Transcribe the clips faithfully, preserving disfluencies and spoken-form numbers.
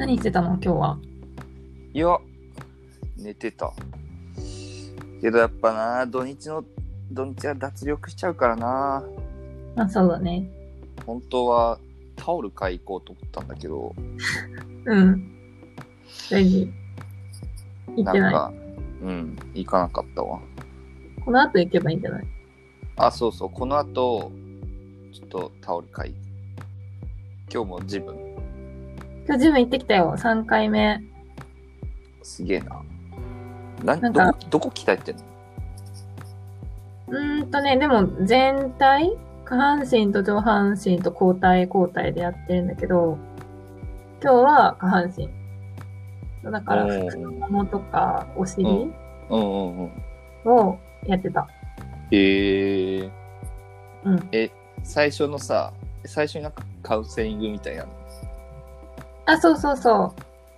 何してたの今日は。 いや、寝てた。けどやっぱな、土日の、土日は脱力しちゃうからな。 あ、そうだね。 本当はタオル買い行こうと思ったんだけど、 うん。大事。行ってない。 なんか、うん、行かなかったわ。 この後行けばいいんじゃない？ あ、そうそう、この後、ちょっとタオル買い。今日もジム。 今日ジム行ってきたよ。さんかいめ。 すげえな。ななんかどこ、どこ鍛えてんの？ うーんとね、でも全体下半身と上半身と交代交代でやってるんだけど、今日は下半身。だから、太ももとかお尻うんうんうん。 をやってた。 へえ。 うん。 え、最初のさ、最初になんかカウンセリングみたいなの？ あ、そうそうそう。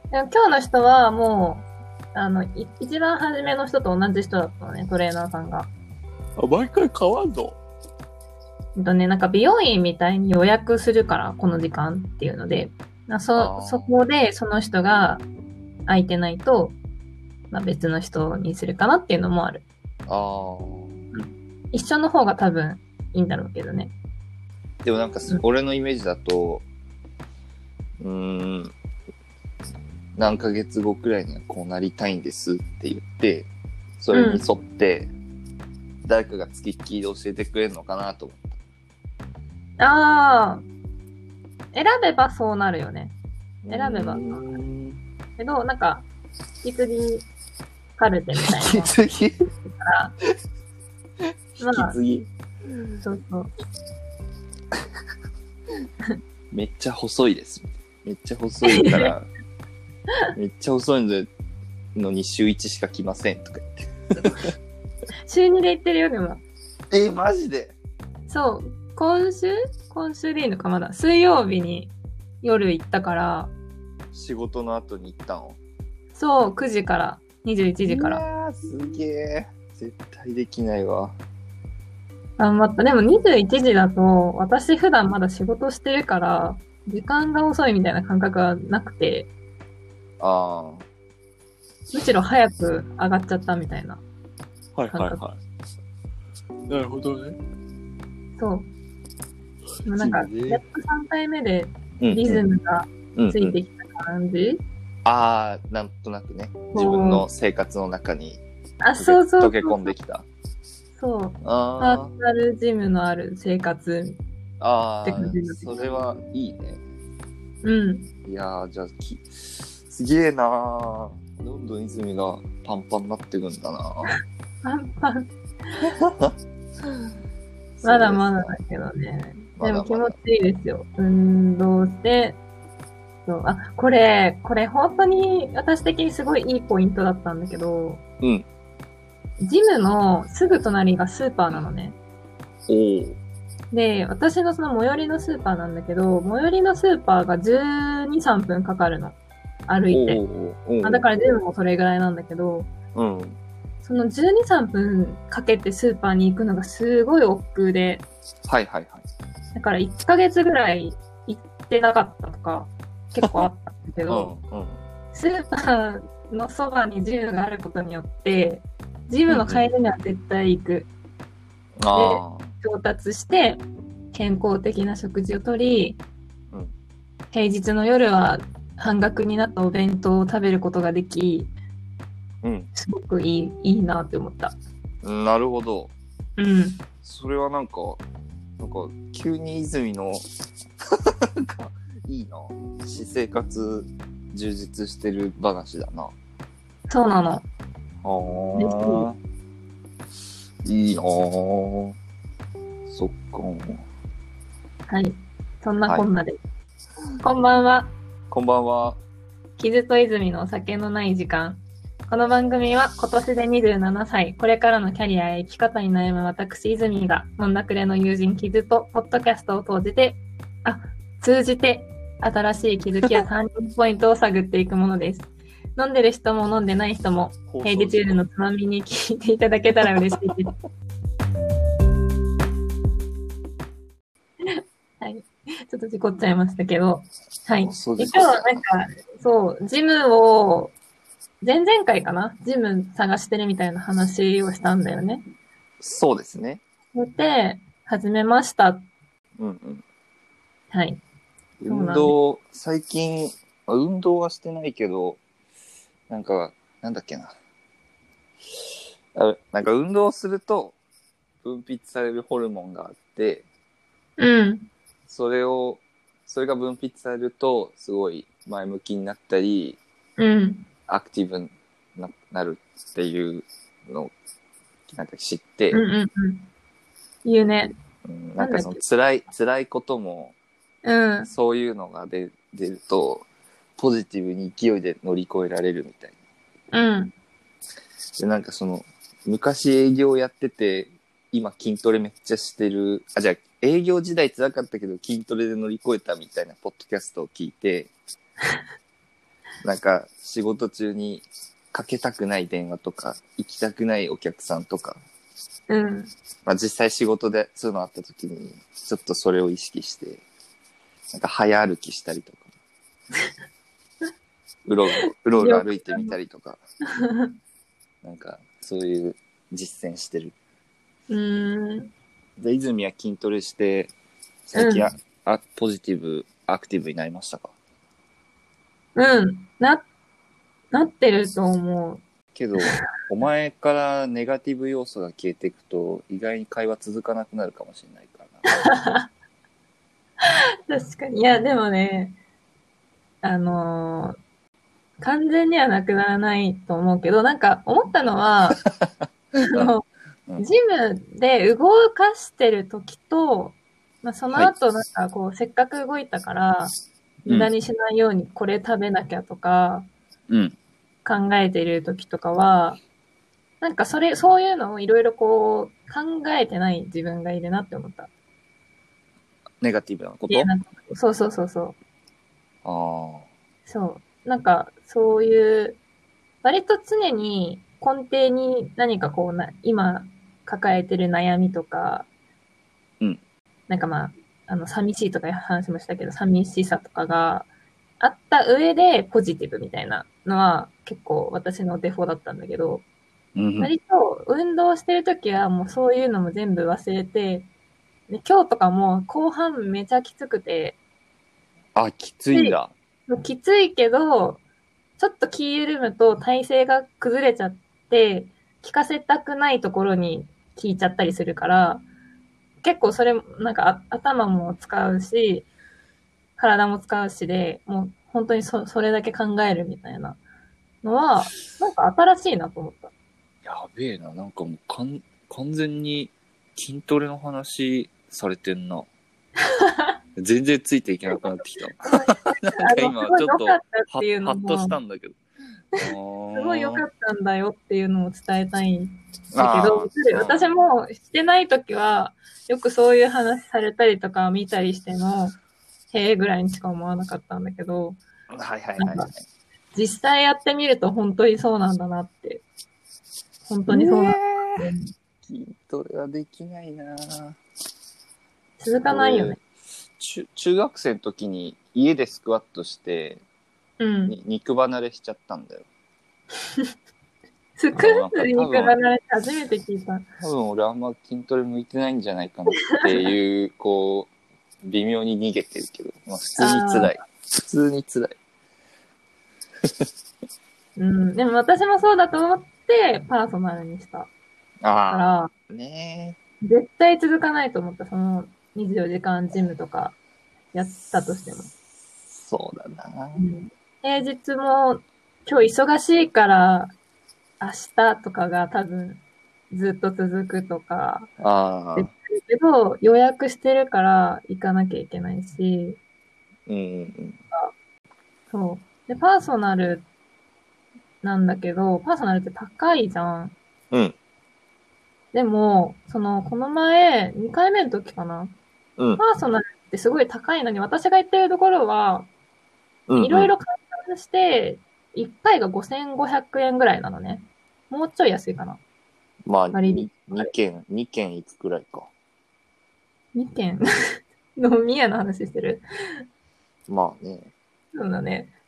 でも今日の人はもう、あの、い一番初めの人と同じ人だったのね、トレーナーさんが。 あ、毎回変わんの？ えっとね、なんか美容院みたいに予約するから、この時間っていうので、そ、そこでその人が空いてないと、まあ、別の人にするかなっていうのもある。 ああ。 一緒の方が多分いいんだろうけどね。 でもなんか、 うん、 俺のイメージだと、うーん、何ヶ月後くらいにはこうなりたいんですって言って、それに沿って、誰かが付きっきりで教えてくれるのかなと思った。 ああ、選べばそうなるよね。選べばそうなる。けど、なんか、引き継ぎカルテみたいな。 引き継ぎから引き継ぎ、 そうそう。 めっちゃ細いです。めっちゃ細いから、めっちゃ細いのに週いちしか来ませんとか言って。 週にで行ってるよ、でも。 え、マジで？ そう。今週今週でいいのかまだ。水曜日に夜行ったから。 仕事の後に行ったの？ そう、くじからにじゅういちじから。 いやー、すげえ。絶対できないわ。 頑張った。でもにじゅういちじだと、私普段まだ仕事してるから、時間が遅いみたいな感覚はなくて、 ああ。 むしろ早く上がっちゃったみたいな。 はいはいはい。なるほどね。 そう。でもなんか、 ね、 やっとさんかいめでリズムがついてきた感じ、うんうん、 ああ、なんとなくね。自分の生活の中にあ、そうそうそう溶け込んできた。 そう。 あパーソナルジムのある生活ああ、それはいいね。 うん。 いやー、じゃあ、きすげえなー。どんどん泉がパンパンになってくんだな。 パンパン。まだまだだけどね。でも気持ちいいですよ。運動して。そう。あ、これ、これ本当に私的にすごいいいポイントだったんだけど。 うん。ジムのすぐ隣がスーパーなのね。 おー。 で、私のその最寄りのスーパーなんだけど、最寄りのスーパーがじゅうに、さんぷんかかるの。歩いて。あ、だからジムもそれぐらいなんだけど、 うん。 そのじゅうに、さんぷんかけてスーパーに行くのがすごい億劫で。 はいはいはい。 だからいっかげつぐらい行ってなかったとか、結構あったんだけど、うんうん、スーパーのそばにジムがあることによって、ジムの帰りには絶対行く。うんうん、で、調達して、健康的な食事をとり、うん、平日の夜は半額になったお弁当を食べることができ、うん、すごくいい、いいなって思った。 なるほど。 うん。 それはなんか、なんか、急に泉の、なんか、いいな。私生活充実してる話だな。 そうなの。 ああ。いいなぁ。そっか。 はい。そんなこんなで。はい、こんばんは。 こんばんは。 傷と泉のお酒のない時間。この番組は今年でにじゅうななさい、これからのキャリアや生き方に悩む私泉が、飲んだくれの友人傷とポッドキャストを通じて、あ、通じて新しい気づきやターニングポイントを探っていくものです。飲んでる人も飲んでない人も、平日夜のつまみに聞いていただけたら嬉しいです。はい。ちょっと事故っちゃいましたけど。はい。で今日はなんか、 そう、ジムを、前々回かなジム探してるみたいな話をしたんだよね。 そうですね。 で、始めました。 うんうん。 はい。 運動、最近、運動はしてないけど、なんか、なんだっけな。あなんか運動すると分泌されるホルモンがあって、 うん。 それを、それが分泌されると、すごい前向きになったり、 うん。 アクティブにななるっていうのをなんか知って、 うんうんうん。言うね。 うん、なんかそのなんだっけ。 辛い、辛いことも、 うん。 そういうのが出出ると、ポジティブに勢いで乗り越えられるみたいな。 うん。 で、なんかその、昔営業やってて、今筋トレめっちゃしてる、あ、じゃあ営業時代辛かったけど筋トレで乗り越えたみたいなポッドキャストを聞いて、なんか仕事中にかけたくない電話とか、行きたくないお客さんとか、 うん。 まあ実際仕事でそういうのあった時に、ちょっとそれを意識して、なんか早歩きしたりとか、うろうろ、うろうろ歩いてみたりとか、なんかそういう実践してる。 うーん。 で、泉は筋トレして、最近、 うん。 あ、あ、ポジティブ、アクティブになりましたか？ うん。な、なってると思う。 けど、お前からネガティブ要素が消えていくと、意外に会話続かなくなるかもしれないからな。 確かに。いや、でもね、あのー完全にはなくならないと思うけど、なんか思ったのは、あの、 うんうん、 ジムで動かしてる時と、まあ、そのはい。 後なんかこう、せっかく動いたから、無駄うん。 にしないようにこれ食べなきゃとかうん。 考えてる時とかは、なんかそれ、そういうのをいろいろこう考えてない自分がいるなって思った。 ネガティブなこいや、 と？ なんかそうそうそうそう。 ああ。 そう。なんか、そういう、割と常に根底に何かこうな、今抱えてる悩みとか、 うん。 なんかまあ、あの、寂しいとかいう話もしたけど、寂しさとかがあった上でポジティブみたいなのは結構私のデフォだったんだけど、 うん。 割と運動してるときはもうそういうのも全部忘れて、で今日とかも後半めちゃきつくて、 あ、きついんだ。 きついけど、ちょっと気緩むと体勢が崩れちゃって、聞かせたくないところに聞いちゃったりするから、結構それ、なんか頭も使うし、体も使うしで、もう本当にそそれだけ考えるみたいなのは、なんか新しいなと思った。 やべえな。なんかもうかん完全に筋トレの話されてんな。全然ついていけなくなってきた。なんか今ちょっとハッハッとしたんだけど。 すごい良かったんだよっていうのを伝えたいんだけど、私もしてないときは、よくそういう話されたりとか見たりしても、へえぐらいにしか思わなかったんだけど、 はいはいはい、はい。 実際やってみると本当にそうなんだなって。本当にそうなんだなって。 筋トレはできないな。 続かないよね。 中中学生の時に家でスクワットして、 うん。 に肉離れしちゃったんだよ。 スクワットで肉離れって初めて聞いた。 多分俺あんま筋トレ向いてないんじゃないかなっていう、こう、微妙に逃げてるけど、まあ普通に辛い。普通に辛い。 うん。でも私もそうだと思ってパーソナルにした。ああ。 ねえ。絶対続かないと思った。そのにじゅうよじかんジムとかやったとしても。 そうだな、 うん。平日も今日忙しいから明日とかが多分ずっと続くとか。 ああ。 けど予約してるから行かなきゃいけないし。 うんうんうん。 そう。で、パーソナルなんだけど、パーソナルって高いじゃん。 うん。 でも、その、この前、にかいめの時かな。 うん。 パーソナルってすごい高いのに、私が行ってるところは、 うんうん、 いろいろ換算して、いっかいがごせんごひゃくえんぐらいなのね。もうちょい安いかな。 まあ、に軒、に軒行くくらいか。 に軒飲み屋の話してる。 まあね。 そうだね。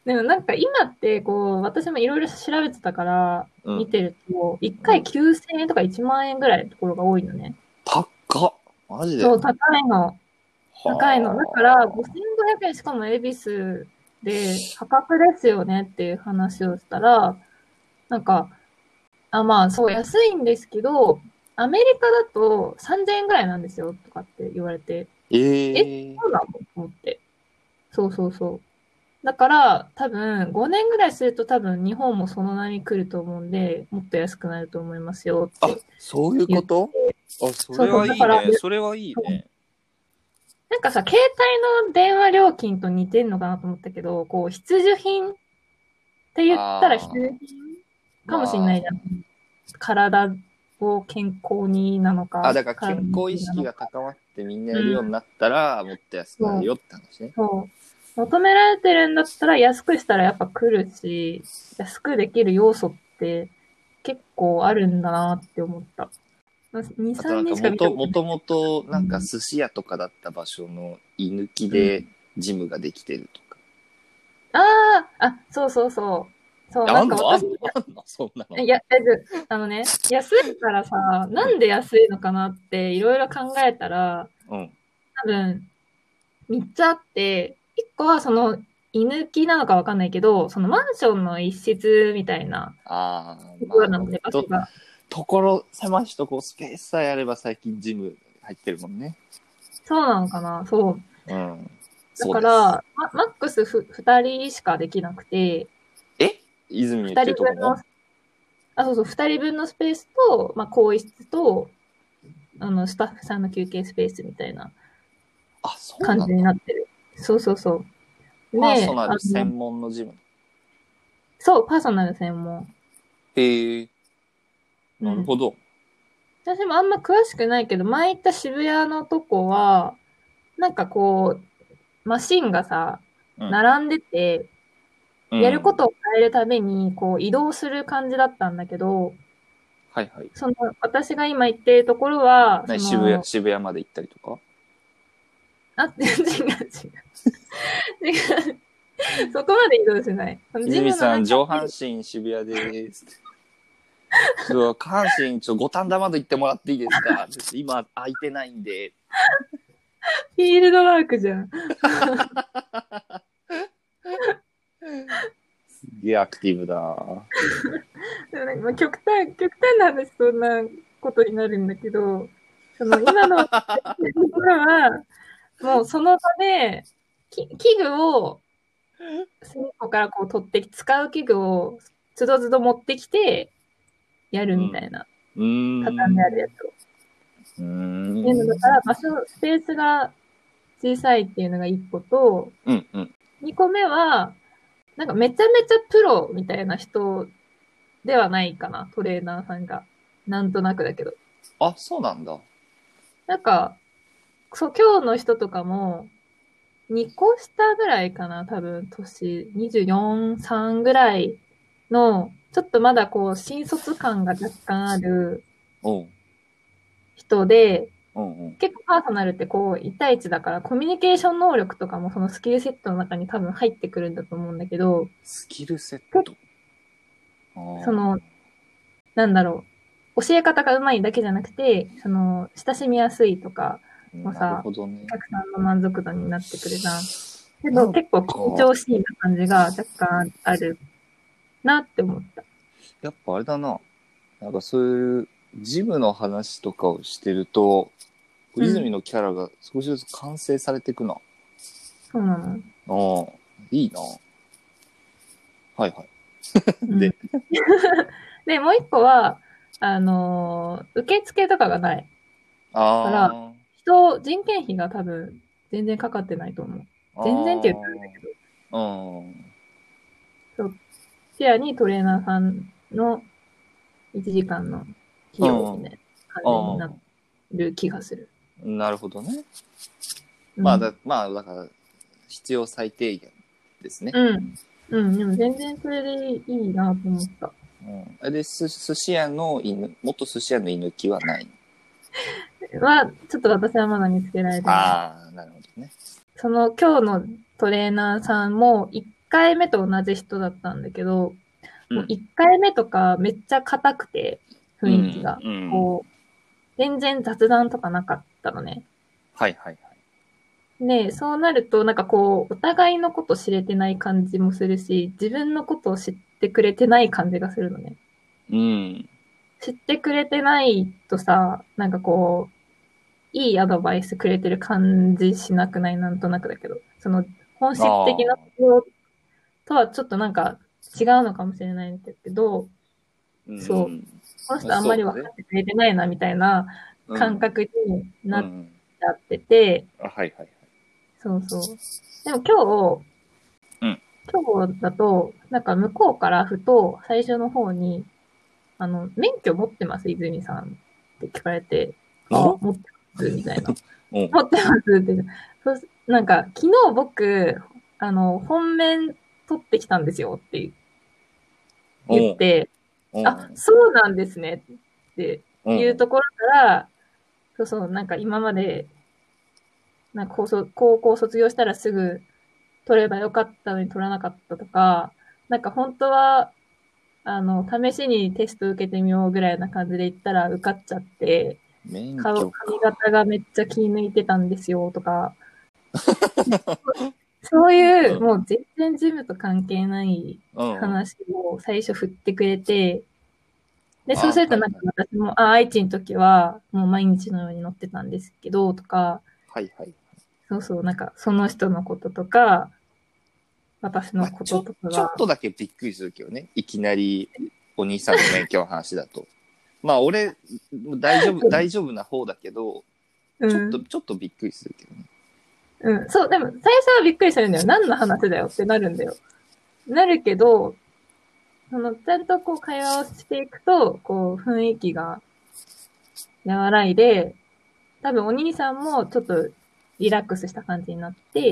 でもなんか今ってこう、私もいろいろ調べてたから見てると、いっかいきゅうせんえんとかいちまん円ぐらいのところが多いのね。 高っ。マジで。 そう、高いの。高いの。だからごせんごひゃくえんしかも恵比寿で破格ですよねっていう話をしたら、なんか、あ、まあそう安いんですけど、アメリカだとさんぜんえんぐらいなんですよとかって言われて、 えー、 え、そうなのと思って。そうそうそう。だから多分ごねんぐらいすると多分日本もその波来ると思うんで、もっと安くなると思いますよっあ、 てそういう言って。 ことあ、そそうそう。 れはいいだから、 ね。それはいいね。 なんかさ、携帯の電話料金と似てんのかなと思ったけど、こう、必需品って言ったら必ああ、 需品かもしれないじゃん。 まあ。 体を健康になのあ、 か、 だから体に健康意いいなのか。 識が高まってみんなやるうん、 ようになったら、もっと安くなそう、 るよって話ね。 そう。求められてるんだったら安くしたらやっぱ来るし、安くできる要素って結構あるんだなって思った。に、3 あとなんか人しかもと、 見たことない。 もともとなんかうん、 寿司屋とかだった場所の居抜きうん。 でジムができてるとか。 ああ、あ、そうそうそう。そう、なんあんのあか私、 んのあんのそんなの。 いや、えぐ、あのね、安いからさ、なんで安いのかなっていろいろ考えたら、 うん。 多分、みっつあって、いっこはその、居抜きなのかわかんないけど、そのマンションの一室みたいなああ、 ところまあ、 なので、場所と、 が。 ところ狭しとこスペースさえあれば最近ジム入ってるもんね。 そうなのかなそう。 うん。 だそうです。 から、ママックスふふたりしかできなくて、 え泉言っ 2 てるとこも人分の、あ、そうそう、ふたりぶんのスペースと、まあ、更衣室と、あの、スタッフさんの休憩スペースみたいなあ、そう感じになんだ。 なってる。そうそうそう。で、 パーソナあの、 ル専門のジム。 そう、パーソナル専門。 へえ、 うん。 なるほど。 私もあんま詳しくないけど、前行った渋谷のとこは、なんかこう、マシンがさ、 うん。 並んでて、やるこうん。 とを変えるために、こう、移動する感じだったんだけど、 はいはい。 その、私が今行ってるところは、 な渋谷、 その、 渋谷まで行ったりとかあ、違う違う違う。違う。そこまで移動しない。そのジムの中泉さん、上半に、 身渋谷です。ちょっと下半身、ちょっと五反田まで行ってもらっていいですか今空いてないんで。 フィールドワークじゃん。 すげえアクティブだ。 でもなんかまあ極端、極端な話、そんなことになるんだけど、その今のところは、もうその場で、き器具を、隅っこからこう取ってき、使う器具をつどつど持ってきて、やるうん。 みたいな、 うー畳んであるやん。 つを。 うーっていうのだから、 ん。 場所、スペースが小さいっていうのが一個と、 うんうん。 二個目は、なんかめちゃめちゃプロみたいな人ではないかな、トレーナーさんが。なんとなくだけど。 あ、そうなんだ。 なんか、そう、今日の人とかも、にこ下ぐらいかな、多分、年、にじゅうよん、さんぐらいの、ちょっとまだこう、新卒感が若干あるうん。 人で、 うんうん。 結構パーソナルってこう、一対一だから、コミュニケーション能力とかもそのスキルセットの中に多分入ってくるんだと思うんだけど、 スキルセット。あその、 あ。 なんだろう、教え方が上手いだけじゃなくて、その、親しみやすいとかもなるさ、 ほどね。 お客さんの満足度になってくるじゃん。けど、 なんか、 結構緊張しいな感じが若干あるなって思った。 やっぱあれだな。なんかそういうジムの話とかをしてると、 うん。 泉のキャラが少しずつ完成されていくな。 そうなの。 ああ、いいな。はいはい。 うん。 で、 で、もう一個は、あのー受付とかがない。から、 あ人、人件費が多分全然かかってないと思う。 あ、 全然って言ったらあれだけど、 ああ、うん。 そう、シェアにトレーナーさんのいちじかんの費用みたいな感じになる気がする。 うん。なるほどね。 うん。 まあだ、まあだから、必要最低限ですね。 うん。うん。でも全然それでいいなと思った。 うん。で、す寿司屋の犬、元寿司屋の居抜きはないの？ は、ちょっと私はまだ見つけられてない。 ああ、なるほどね。 その今日のトレーナーさんも一かいめと同じ人だったんだけど、 うん、 もういっかいめとかめっちゃ硬くて、雰囲気が。 うんうん、 こう、全然雑談とかなかったのね。 はいはいはい。 で、そうなると、なんかこう、お互いのこと知れてない感じもするし、自分のことを知ってくれてない感じがするのね。 うん。 知ってくれてないとさ、なんかこう、いいアドバイスくれてる感じしなくない？なんとなくだけど。その、本質的なああ。 ところとはちょっとなんか違うのかもしれないんだけど、 うそう。 ん。 この人あんまり分そうね。 かってくれてないな、みたいなうん。 感覚になっちうん。 ゃってて、 あ、はいはいはい。 そうそう。でも今日、 うん。 今日だと、なんか向こうからふと最初の方に、あの、免許持ってます泉さんって聞かれて、あ、 お持ってますみたいな。 うん。 持ってますって。そしなんか、昨日僕、あの、本面取ってきたんですよって言っおう。 て、あ、 おう。 そうなんですねってうん。 いうところから、そうそう、なんか今まで、なんか高卒高校卒業したらすぐ取ればよかったのに取らなかったとか、なんか本当は、あの、試しにテスト受けてみようぐらいな感じで言ったら受かっちゃって、 免顔、 許髪か。 型がめっちゃ気抜いてたんですよとか、そういう、 うん。 もう全然ジムと関係ないうん。 話を最初振ってくれて、で、そうあ、 するとなんかはいはい。 私も、あ、愛知の時はもう毎日のように乗ってたんですけど、とか、 はいはい。 そうそう、なんかその人のこととか、私まあ、 のこちょ、 ととかが、 ちょっとだけびっくりするけどね。いきなりお兄さんの免許の話だと。まあ、俺、大丈夫、大丈夫な方だけど、ちょっと、 うん、 ちょっとびっくりするけどね。 うん、そう、でも最初はびっくりするんだよ。何の話だよってなるんだよ。なるけど、その、ちゃんとこう会話をしていくと、こう雰囲気が和らいで、多分お兄さんもちょっとリラックスした感じになって、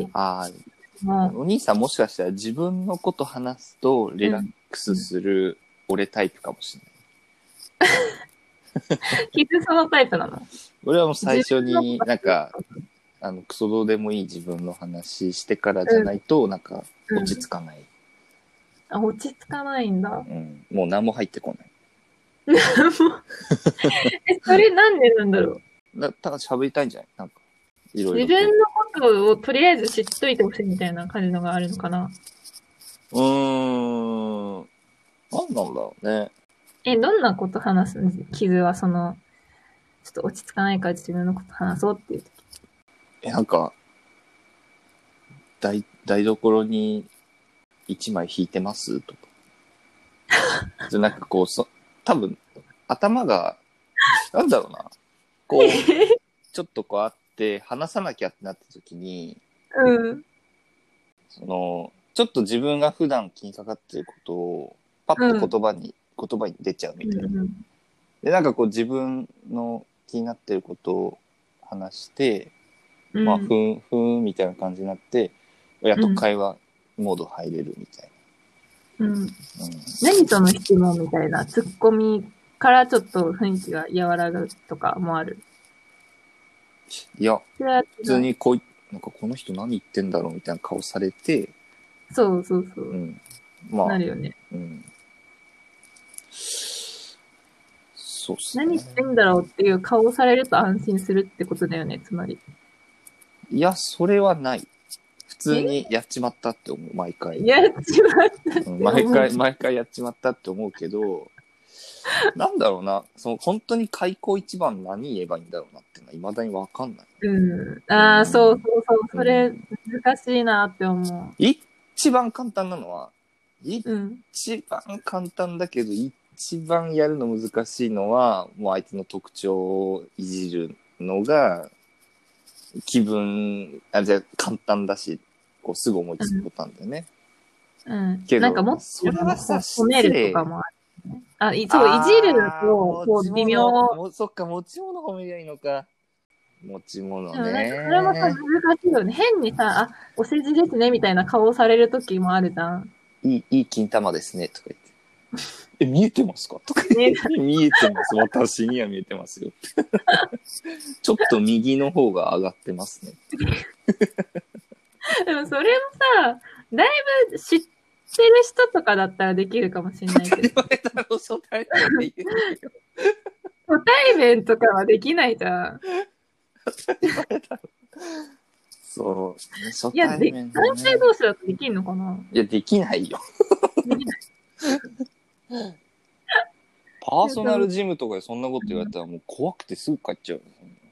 ああ、 もお兄さんもしかしたら自分のこと話すとリう、うラッん。 クスする俺タイプかもしれない。 キスそのタイプなの？ 俺はもう最自初分のこになんか、 と、 あの、クソどうでもいい自分の話してからじゃないと、なんか、 うん、 落ちうん。 着かない。 あ、落ち着かないんだ。 うん。もう何も入ってこない。 え、それなんでなんだろだただ喋りたいんじゃないなんか、いろう。 いろと。 自分のことをとりあえず知っといてほしいみたいな感じのがあるのかな。 うーん。何なんだろうね。 え、どんなこと話すの？傷はその、ちょっと落ち着かないから自分のこと話そうっていう時。 え、なんか、台、台所に一枚引いてますとか。じゃなんかこう、そ、多分、頭が、なんだろうな。こう、ちょっとこうあって、話さなきゃってなった時に、 うん。 その、ちょっと自分が普段気にかかってることを、パッとうん。 言葉に、言葉に出ちゃうみたいな。 うん。 で、なんかこう自分の気になってることを話して、まあ、ふうん。 ーん、ふーんみたいな感じになって、やっとうん。 会話モード入れるみたいうん。 な。うん。 何その質問みたいな、ツッコミからちょっと雰囲気が和らぐとかもある。 いや、 それは違普通う。 にこうい、なんかこの人何言ってんだろうみたいな顔されて、 そうそうそう。 うん。まあ、 なるよね。 うん。そうっすね。 何してんだろうっていう顔をされると安心するってことだよね、つまり。 いや、それはない。普通えにやっちまったって思う、毎回。 やっちまったっうん、 て思う。 毎回、毎回やっちまったって思うけど、なんだろうな、その本当に開口一番何言えばいいんだろうなっていうのは未だにわかんない。 うん。ああ、そうそうそう。 うそれ、 ん、 難しいなって思一番簡単なのは、一う。うん。 番簡単だけど、一番やるの難しいのは、もう相手の特徴をいじるのが、気分、あ、じゃあ簡単だし、こうすぐ思いつくことなんだよね。 うん。 けど、 なんかもっそとれはさ、 褒めるとか失礼。 もある、ね。あ、いそう、いじるあー、 と、こう、微持ち物、 妙。 もそっか、持ち物褒めりゃいいのか。持ち物でもなんかそれもさ、 ね。 難しいよね。変にさ、あ、お世辞ですね、みたいな顔される時もあるじゃん。 いい、いい金玉ですね、とか言って。え、見えてますかとかね。 言って。見えてます。私には見えてますよ。ちょっと右の方が上がってますね。 でもそれもさ、だいぶ知っってる人とかだったらできるかもしれないけど。 当たり前だろ、初対面で言うよ。 初対面とかはできないじゃん。 当たり前だろ。そう。初いや、で、 対面だ男ね。 性同士だとできんのかな。 いや、できないよ。 できない。 パーソナルジムとかでそんなこと言われたらもう怖くてすぐ帰っちゃうよ。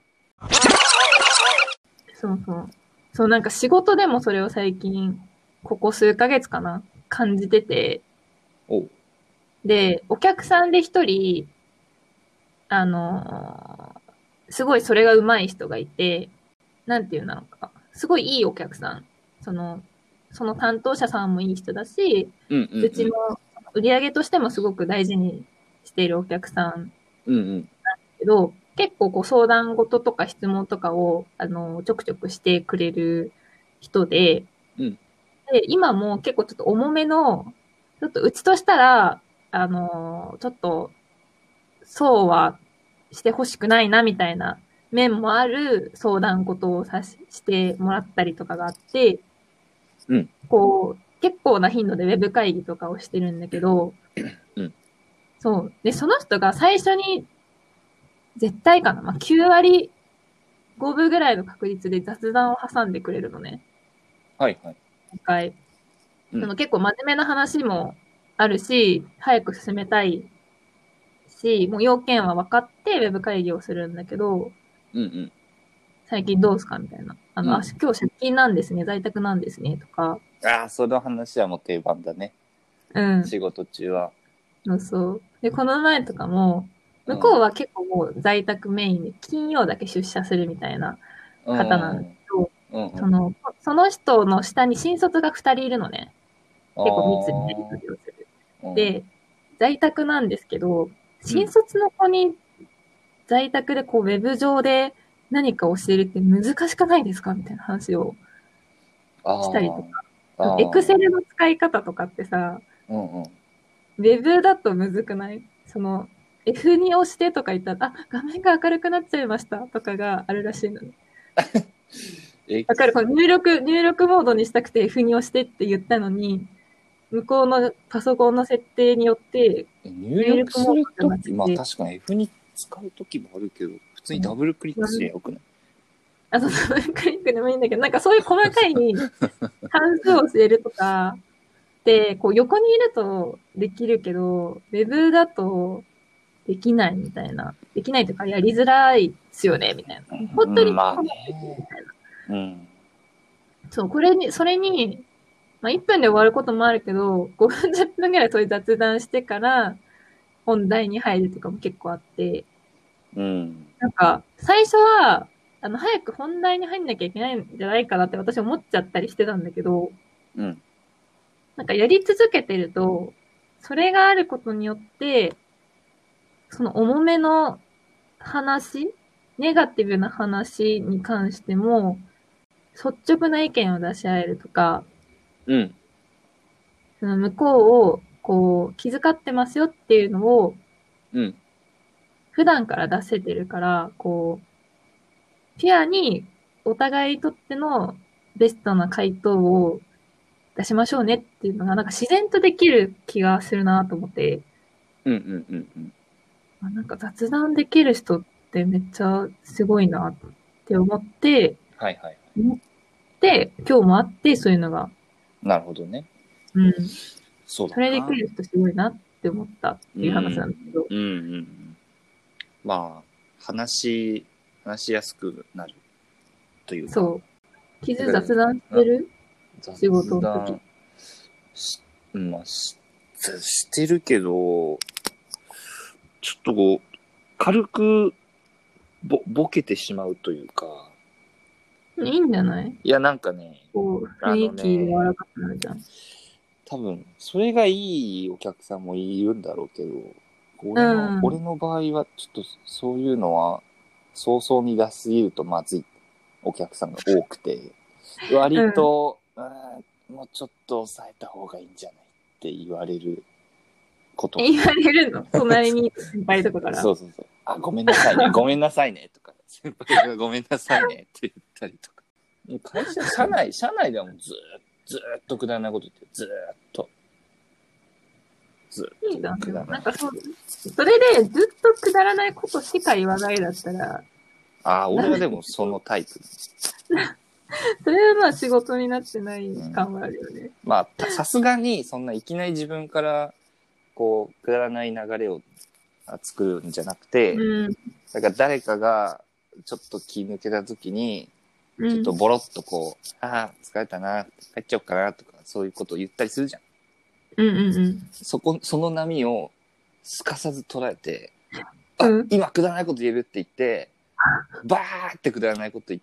そうそう。そう、なんか仕事でもそれを最近、ここ数ヶ月かな、感じてて。 おう。 で、お客さんで一人、あのーすごいそれが上手い人がいて、なんていうのか、すごいいいお客さん。その、その担当者さんもいい人だし、 うんうん、うん。 うちの売り上げとしてもすごく大事にしているお客さんうんうん。 けど、結構こう相談事とか質問とかを、あの、ちょくちょくしてくれる人で、 うん。 で、今も結構ちょっと重めの、ちょっとうちとしたら、あの、ちょっと、そうはしてほしくないなみたいな面もある相談事をさししてもらったりとかがあって、 うん。 こう、結構な頻度でウェブ会議とかをしてるんだけど、 うん。 そう。で、その人が最初に、絶対かな、まあ、きゅう割ごぶぐらいの確率で雑談を挟んでくれるのね。 はいはい。 一回。 うんその結構真面目な話もあるし、早く進めたいし、もう要件は分かってウェブ会議をするんだけど、 うんうん。 最近どうすかみたいな。あの、 うんあ、今日出勤なんですね、在宅なんですね、とか。 ああ、その話はもう定番だね。 うん。 仕事中は。 そうそう。で、この前とかも、 うん。 向こうは結構もう在宅メインで金曜だけ出社するみたいなうん方なんだけど、 うんうん。 その、その人の下に新卒がふたりいるのね。 あ結構密にやりあ。 取りをする。 うんで、在宅なんですけど、 うん新卒の子に在宅でこうウェブ上で何か教えるって難しくないですかみたいな話をあしたりとか。 あ。ああ。 エクセルの使い方とかってさ、 うんうん。 ウェブだとむずくない？その、エフに 押してとか言ったら、あ、画面が明るくなっちゃいましたとかがあるらしいのね。 え、 わかる？この入力、入力モードにしたくて エフに 押してって言ったのに、向こうのパソコンの設定によって入力するとき、まあで、 確かに F に使うときもあるけど、普通にダブルクリックすりゃよくない？ あ、そうそう、クリックでもいいんだけど、なんかそういう細かい関数を教えるとか、で、こう横にいるとできるけど、ウェブだとできないみたいな。できないというか、やりづらいですよね、みたいな。本当に、 まあね。うん。 そう、これに、それに、まあ、いっぷんで終わることもあるけど、ごふん、じゅっぷんぐらいそういう雑談してから、本題に入るとかも結構あって、 うん。 なんか、最初は、あの、早く本題に入んなきゃいけないんじゃないかなって私思っちゃったりしてたんだけど、 うん。 なんかやり続けてると、それがあることによって、その重めの話、ネガティブな話に関しても、率直な意見を出し合えるとか、 うん。 その向こうを、こう、気遣ってますよっていうのを、 うん。 普段から出せてるから、こう、ピュアにお互いにとってのベストな回答を出しましょうねっていうのが、なんか自然とできる気がするなと思って、 うんうんうんうん。 あなんか雑談できる人ってめっちゃすごいなって思って、 はいはい。 思って、今日もあって、そういうのが、 なるほどね。 うん。 そうだそれでな。 きる人すごいなって思ったっていう話なんだけど。 うんうんうん。まあ、話、話しやすくなるというか。 そう。傷雑談してる？仕事の時。 し、まあ、し、してるけど、ちょっとこう、軽くぼ、ボケてしまうというか。 いいんじゃない？ いや、なんかね、 こう、雰囲気柔らかくなるじゃん。 多分、それがいいお客さんもいるんだろうけど、俺の、 うん、 俺の場合は、ちょっとそういうのは、早々に出しすぎるとまずいお客さんが多くて、割と、うん、うん、もうちょっと抑えた方がいいんじゃないって言われること言われるの？隣に先輩とかから。 そうそうそう。あ、ごめんなさいね、ごめんなさいね、とか、先輩がごめんなさいねって言ったりとか。会社、社内、社内ではもうずーっと、ずーっとくだらないこと言って、ずーっと。 ずっいいじゃん。 とくだらない。 なんかそう、それでずっとくだらないことしか言わないだったら、 ああ、俺はでもそのタイプ。 それはまあ仕事になってない感はあるよね。 うん、まあ、さすがにそんないきなり自分からこう、くだらない流れを作るんじゃなくて、 うん。 だから誰かがちょっと気抜けた時に、 うん、 ちょっとボロッとこう、ああ、疲れたな、帰っちゃおうかなとか、そういうことを言ったりするじゃん。 うんうんうん。 そこ、その波をすかさず捉えて、あ、 うん、 今くだらないこと言えるって言って、バーってくだらないこと言って、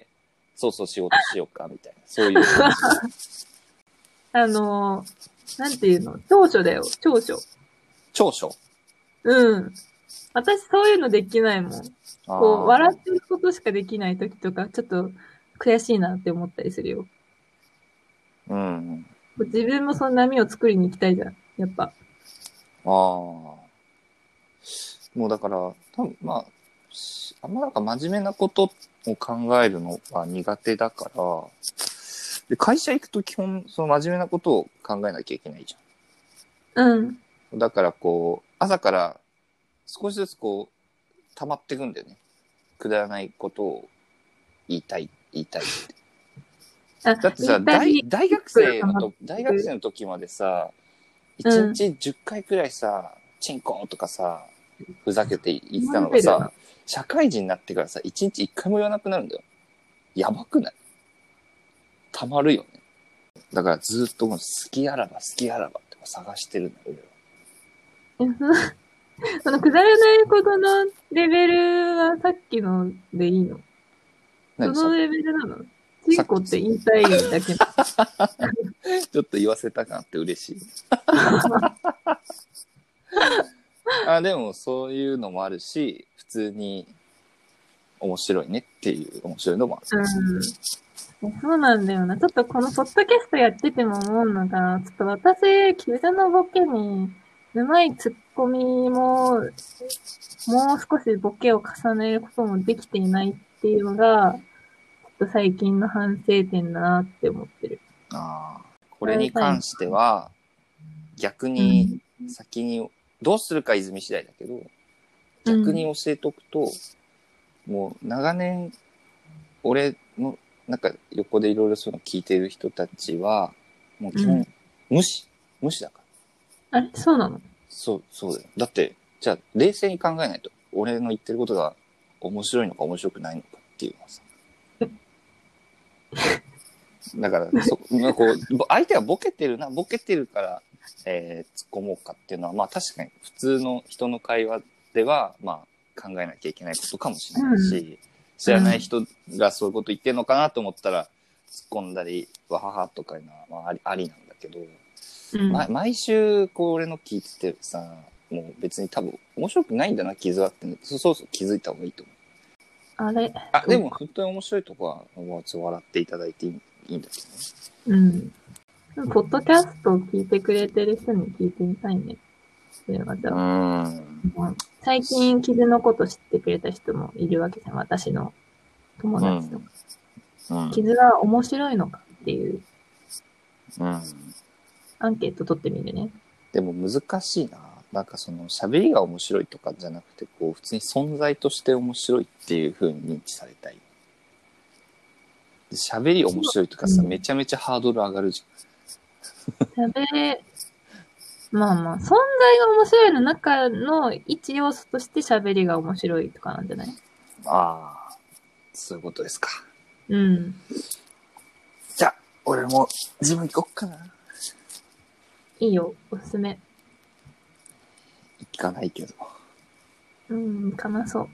そうそう仕事しようか、みたいな。そういう感じ。 あのー、なんていうの長所だよ、長所。 長所。 うん。私そういうのできないもん。こう、笑ってることしかできない時とか、ちょっと悔しいなって思ったりするよ。 うん。 自分もその波を作りに行きたいじゃん、やっぱ。あああ。もうだから、多分まあ、あんまなんか真面目なことを考えるのが苦手だから、で会社行くと基本、その真面目なことを考えなきゃいけないじうん。 ゃん。だからこう、朝から少しずつこう、溜まっていくんだよね。くだらないことを言いたい、言いたいって。 あ、 だってさ、大、大学生のと、大学生のの時までさ、一うん日じゅっかいくらいさ、チンコとかさ、ふざけて言ってたのがさ、社会人になってからさ、一日一回も言わなくなるんだよ。やばくない？たまるよね。だからずっともう好きあらば好きあらばって探してるんだよ、 えそそのくだらないことのレベルはさっきのでいいの？ 俺は。 そのレベルなの？チンコって言いたいだけなちょっと言わせた感って嬉しい。あ、でもそういうのもあるし、普通に面白いねっていう面白いのもある。 うん。そうなんだよな。ちょっとこのポッドキャストやってても思うのが、ちょっと私、傷のボケに、うまいツッコミも、もう少しボケを重ねることもできていないっていうのが、ちょっと最近の反省点だなって思ってる。 ああ、これに関しては、逆に先に、どうするか泉次第だけど、逆に教えとくと、うん、もう長年、俺の、なんか横でいろいろそういうの聞いてる人たちは、もう基本、うん、無視。無視だから。 あれそうなの？そう、 そうだよ。だって、じゃあ冷静に考えないと、俺の言ってることが面白いのか面白くないのかっていうのはさ。だから、そ、まあ、こう、相手はボケてるな、ボケてるから、えー、突っ込もうかっていうのは、まあ確かに普通の人の会話では、まあ考えなきゃいけないことかもしれないし、うん、知らない人がそういうこと言ってるのかなと思ったら、突っ込んだり、わははとかいうのは、まああり、ありなんだけど、うんま、毎週、こう俺の聞いててさ、もう別に多分面白くないんだな、傷はって、ね、そうそう気づいた方がいいと思う。 あれあ、でも本当に面白いとこは、もうちょっと笑っていただいていいいいんだけどね。うん。ポッドキャストを聞いてくれてる人に聞いてみたいね。それはじゃあ。うん。最近、傷のこと知ってくれた人もいるわけじゃん。私の友達とか。うんうん、傷は面白いのかっていう、うん、アンケート取ってみるね。 でも難しいな。なんかその喋りが面白いとかじゃなくて、こう普通に存在として面白いっていう風に認知されたい。喋り面白いとかさ、うん、めちゃめちゃハードル上がるじゃん。喋れ、まあまあ、存在が面白いの中の一要素として喋りが面白いとかなんじゃない？ ああ、そういうことですか。 うん。 じゃあ、俺も自分行こっかな。 いいよ、おすすめ。 行かないけど。 うん、かなそう。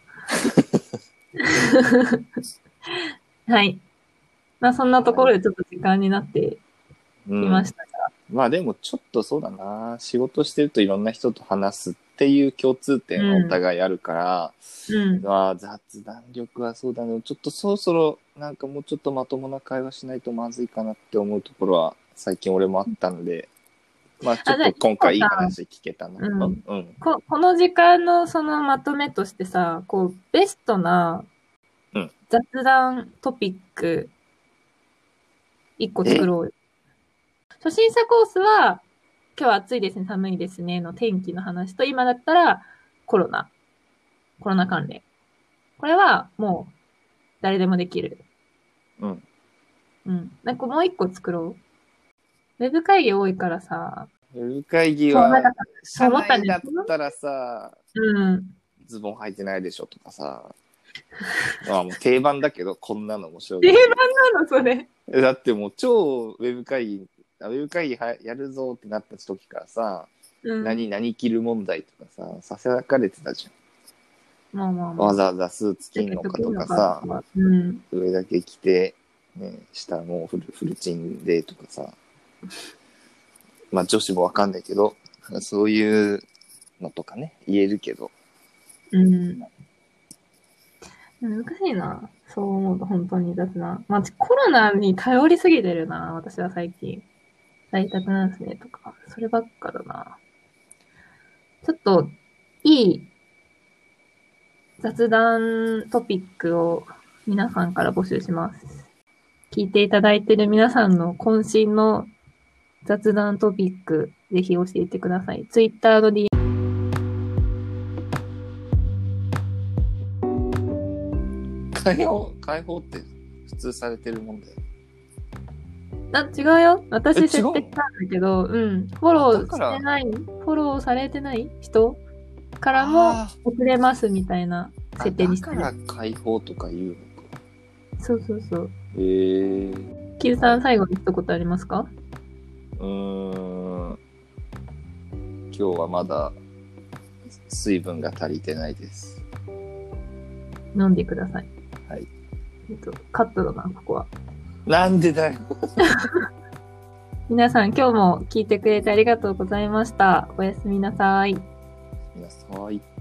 はい。まあそんなところでちょっと時間になってきましたが、 うん、まあでもちょっとそうだな、仕事してるといろんな人と話すっていう共通点はお互いあるから、うんまあ、雑談力はそうだね、ちょっとそろそろなんかもうちょっとまともな会話しないとまずいかなって思うところは最近俺もあったので、まあちょっと今回いい話聞けたな。うんうんうん、こ, この時間のそのまとめとしてさ、こうベストな雑談トピック一個作ろうよ。初心者コースは今日は暑いですね、寒いですねの天気の話と、今だったらコロナ、コロナ関連。これはもう誰でもできる。 うん。 うん。なんかもう一個作ろう。ウェブ会議多いからさ。 ウェブ会議は、社内だったらさ、 うん。 ズボン履いてないでしょとかさ。まあもう定番だけど、こんなの面白い。 定番なのそれ。 だってもう超ウェブ会議、ウェブ会議はやるぞってなった時からさ、うん、何、何着る問題とかさ、させらかれてたじゃん。 まあまあまあ、 わざわざスーツ着んのかとかさ、うん、上だけ着て、ね、下もうフル、フルチンでとかさ、まあ女子もわかんないけど、そういうのとかね、言えるけど。 うん。難しいな。そう思うと本当に雑な。まあコロナに頼りすぎてるな、私は最近。在宅なんですねとか、そればっかだな。ちょっと、いい雑談トピックを皆さんから募集します。聞いていただいている皆さんの渾身の雑談トピック、ぜひ教えてください。ツイッターの ディーエム。解放、解放って普通されてるもんだよ。 あ、違うよ。私設定したんだけど、うん。フォローしてない、フォローされてない人からも送れますみたいな設定にしてる。 だから解放とか言うのか。 そうそうそう。 へえー。 キルさん、最後に一言ありますか？ うーん。今日はまだ水分が足りてないです。 飲んでください。 はい。 えっと、カットだな、ここは。 なんでだよ。 皆さん、今日も聞いてくれてありがとうございました。おやすみなさい。 おやすみなさい。